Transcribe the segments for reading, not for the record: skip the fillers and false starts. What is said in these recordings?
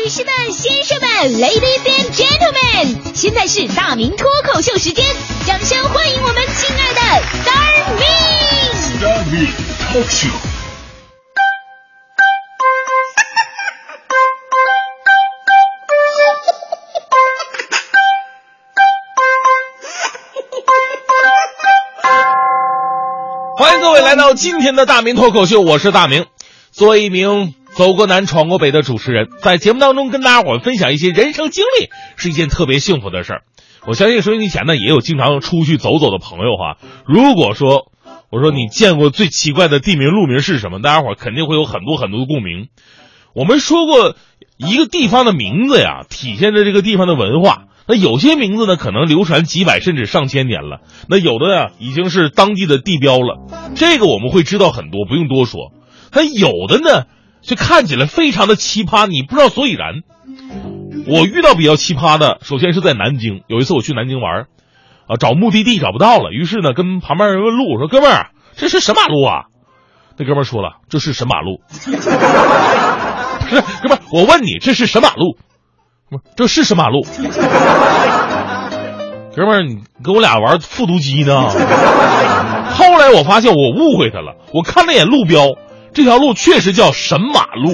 女士们、先生们 ，Ladies and Gentlemen， 现在是大明脱口秀时间，掌声欢迎我们亲爱的 Star Me。Talk Show。 欢迎各位来到今天的大明脱口秀，我是大明。作为一名走过南闯过北的主持人，在节目当中跟大家伙分享一些人生经历是一件特别幸福的事儿。我相信收音机前呢也有经常出去走走的朋友哈。如果说我说你见过最奇怪的地名路名是什么，大家伙肯定会有很多的共鸣。我们说过一个地方的名字呀，体现着这个地方的文化。那有些名字呢可能流传几百甚至上千年了，那有的呀已经是当地的地标了，这个我们会知道很多，不用多说。但有的呢就看起来非常的奇葩，你不知道所以然。我遇到比较奇葩的，首先是在南京。有一次我去南京玩找目的地找不到了，于是呢跟旁边人问路，我说哥们儿这是什么马路啊？那哥们儿说了，这是什么马路？是哥们儿，我问你这是什么马路？这是什么马路？哥们儿，你跟我俩玩复读机呢？后来我发现我误会他了，我看了眼路标，这条路确实叫神马路。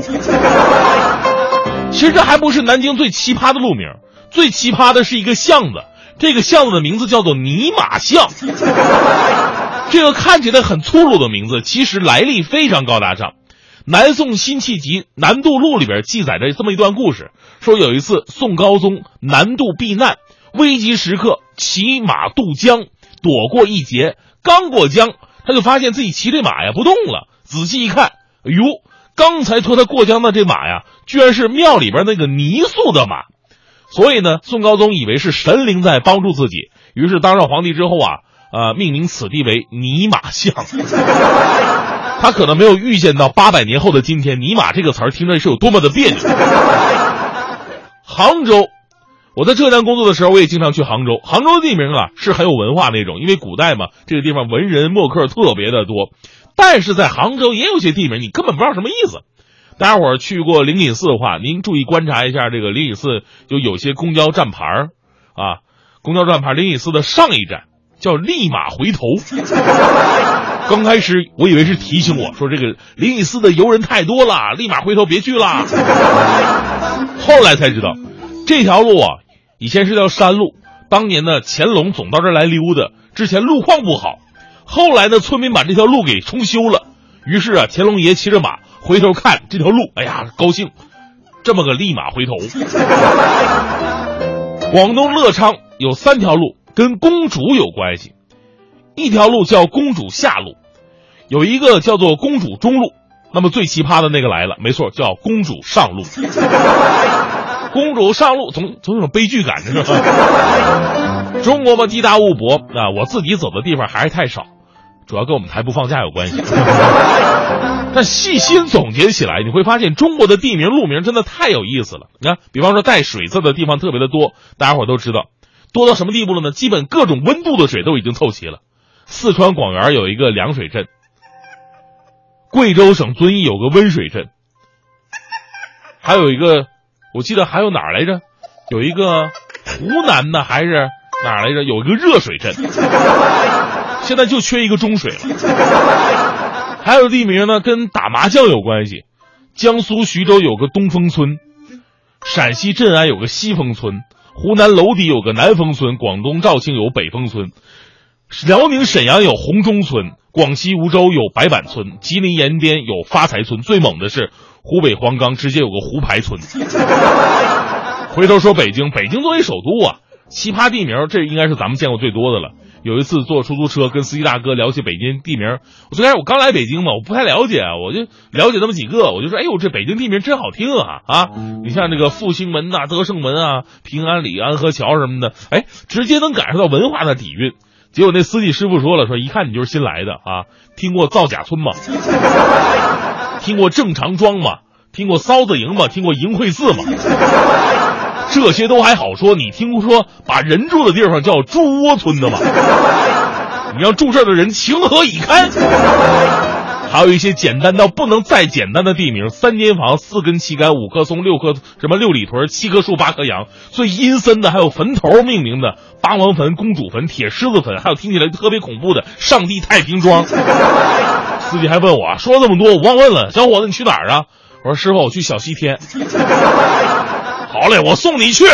其实这还不是南京最奇葩的路名，最奇葩的是一个巷子，这个巷子的名字叫做尼玛巷。这个看起来很粗鲁的名字，其实来历非常高大上。南宋辛弃疾《南渡录》里边记载着这么一段故事，说有一次宋高宗南渡避难，危急时刻骑马渡江，躲过一劫，刚过江他就发现自己骑这马呀不动了，仔细一看，哎呦，刚才拖他过江的这马呀居然是庙里边那个泥塑的马。所以呢宋高宗以为是神灵在帮助自己，于是当上皇帝之后命名此地为尼玛巷。他可能没有预见到800年后的今天，尼玛这个词儿听着是有多么的别扭。杭州，我在浙江工作的时候我也经常去杭州。杭州的地名是很有文化那种，因为古代嘛，这个地方文人墨客特别的多。但是在杭州也有些地名你根本不知道什么意思。大家伙儿去过灵隐寺的话，您注意观察一下这个灵隐寺，就有些公交站牌公交站牌灵隐寺的上一站叫立马回头。刚开始我以为是提醒我说这个灵隐寺的游人太多了，立马回头别去了。后来才知道这条路以前是条山路，当年呢乾隆总到这儿来溜达，之前路况不好，后来呢村民把这条路给重修了，于是乾隆爷骑着马回头看这条路，哎呀高兴，这么个立马回头。广东乐昌有3条路跟公主有关系，一条路叫公主下路，有一个叫做公主中路，那么最奇葩的那个来了，没错，叫公主上路。公主上路总有种悲剧感，是吧？中国嘛地大物博我自己走的地方还是太少，主要跟我们台不放假有关系。但细心总结起来，你会发现中国的地名路名真的太有意思了。你看，比方说带水字的地方特别的多，大家伙都知道，多到什么地步了呢？基本各种温度的水都已经凑齐了。四川广元有一个凉水镇，贵州省遵义有个温水镇，还有一个我记得还有哪儿来着，有一个湖南的还是哪儿来着，有一个热水镇。现在就缺一个中水了。还有地名呢跟打麻将有关系，江苏徐州有个东风村，陕西镇安有个西风村，湖南娄底有个南风村，广东肇庆有北风村，辽宁沈阳有红中村，广西梧州有白板村，吉林延边有发财村，最猛的是湖北黄冈直接有个胡牌村。回头说北京作为首都奇葩地名这应该是咱们见过最多的了。有一次坐出租车跟司机大哥聊起北京地名，我最开始我刚来北京嘛，我不太了解我就了解那么几个，我就说哎呦这北京地名真好听你像这个复兴门德胜门平安里安河桥什么的，直接能感受到文化的底蕴。结果那司机师傅说了，说一看你就是新来的听过造假村吗？听过正常庄吗？听过骚子营吗？听过营会寺吗？这些都还好说，你听说把人住的地方叫猪窝村的吗？你让住这儿的人情何以堪？ 还有一些简单到不能再简单的地名：3间房、4根旗杆、5棵松、6棵什么6里屯、7棵树、8棵杨。最阴森的还有坟头命名的八王坟、公主坟、铁狮子坟，还有听起来特别恐怖的上帝太平庄。司机还问我说这么多，我忘问了，小伙子你去哪儿啊？我说师傅，我去小西天。好嘞，我送你去。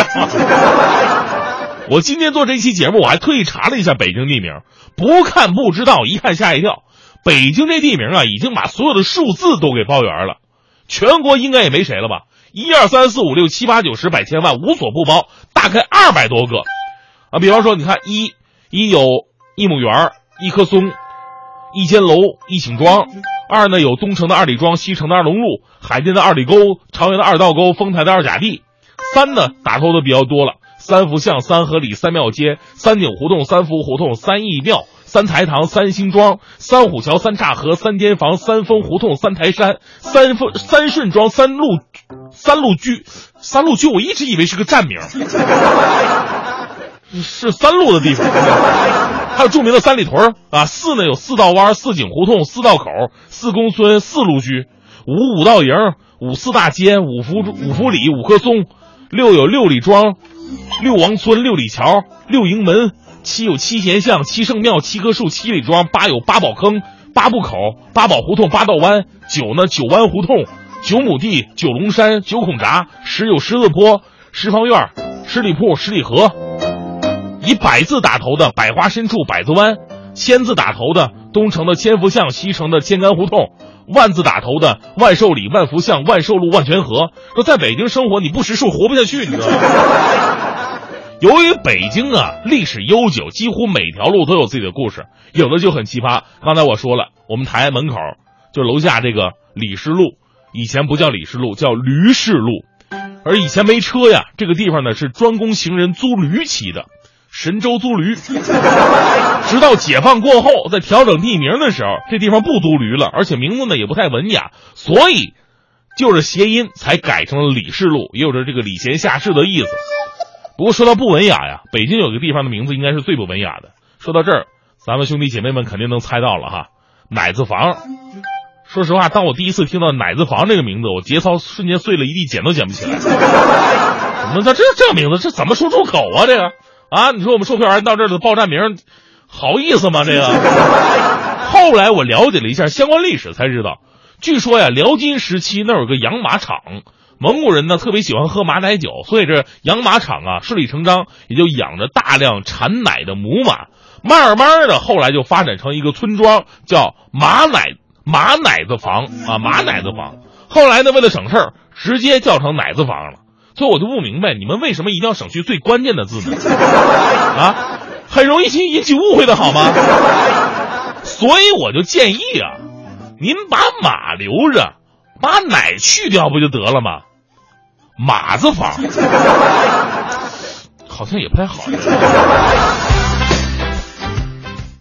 我今天做这期节目，我还特意查了一下北京地名，不看不知道，一看吓一跳。北京这地名啊，已经把所有的数字都给包圆了，全国应该也没谁了吧？1、2、3、4、5、6、7、8、9、10、百千万无所不包，大概200多个啊。比方说，你看一有一亩园、一棵松、一间楼、一顷庄。2呢有东城的2里庄、西城的2龙路、海淀的2里沟、朝阳的2道沟、丰台的2甲地。3呢打头的比较多了，3福巷、3合里、3庙街、3景胡同、3福胡同、3义庙、3台堂、3星庄、3虎桥、3岔河、3间房、3峰胡同、3台山、3顺庄、3路居，我一直以为是个站名，是3路的地方。还有著名的3里屯啊，4呢有4道湾、4景胡同、4道口、4公村、4路居，5道营、5四大街、5福里、5棵松，6有6里庄、6王村、6里桥、6营门，7有7贤巷、7圣庙、7棵树、7里庄，8有8宝坑、8步口、8宝胡同、8道湾，9呢9湾胡同、9亩地、9龙山、9孔闸，10有十字坡、10方院、10里铺、10里河。以百字打头的百花深处百子湾，千字打头的东城的千福巷、西城的千竿胡同，万字打头的万寿里、万福巷、万寿路、万泉河。说在北京生活你不识数活不下去，你知道吗？由于北京啊历史悠久，几乎每条路都有自己的故事，有的就很奇葩。刚才我说了，我们台门口就楼下这个李氏路，以前不叫李氏路，叫驴氏路。而以前没车呀，这个地方呢是专供行人租驴骑的，神州租驴。直到解放过后，在调整地名的时候，这地方不租驴了，而且名字呢也不太文雅，所以就是谐音才改成了李氏路，也有着这个礼贤下士的意思。不过说到不文雅呀，北京有个地方的名字应该是最不文雅的。说到这儿，咱们兄弟姐妹们肯定能猜到了哈，奶子房。说实话，当我第一次听到奶子房这个名字，我节操瞬间碎了一地，捡都捡不起来。怎么这名字这怎么说出口啊？这个啊，你说我们售票员到这儿的报站名，好意思吗？这个。后来我了解了一下相关历史，才知道，据说呀，辽金时期那有个养马场，蒙古人呢特别喜欢喝马奶酒，所以这养马场啊顺理成章也就养着大量产奶的母马。慢慢的，后来就发展成一个村庄，叫马奶子房啊，马奶子房。后来呢，为了省事儿，直接叫成奶子房了。所以我就不明白，你们为什么一定要省去最关键的字呢？啊，很容易引起误会的好吗？所以我就建议啊，您把马留着，把奶去掉不就得了吗？马子房好像也不太好。